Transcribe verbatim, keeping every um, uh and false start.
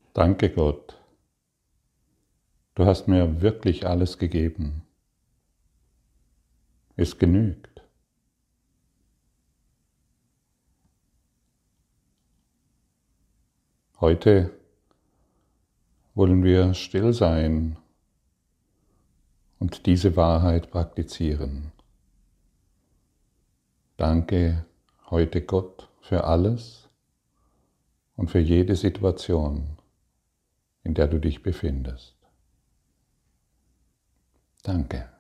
Danke Gott, du hast mir wirklich alles gegeben. Es genügt. Heute wollen wir still sein und diese Wahrheit praktizieren. Danke heute Gott für alles und für jede Situation, in der du dich befindest. Danke.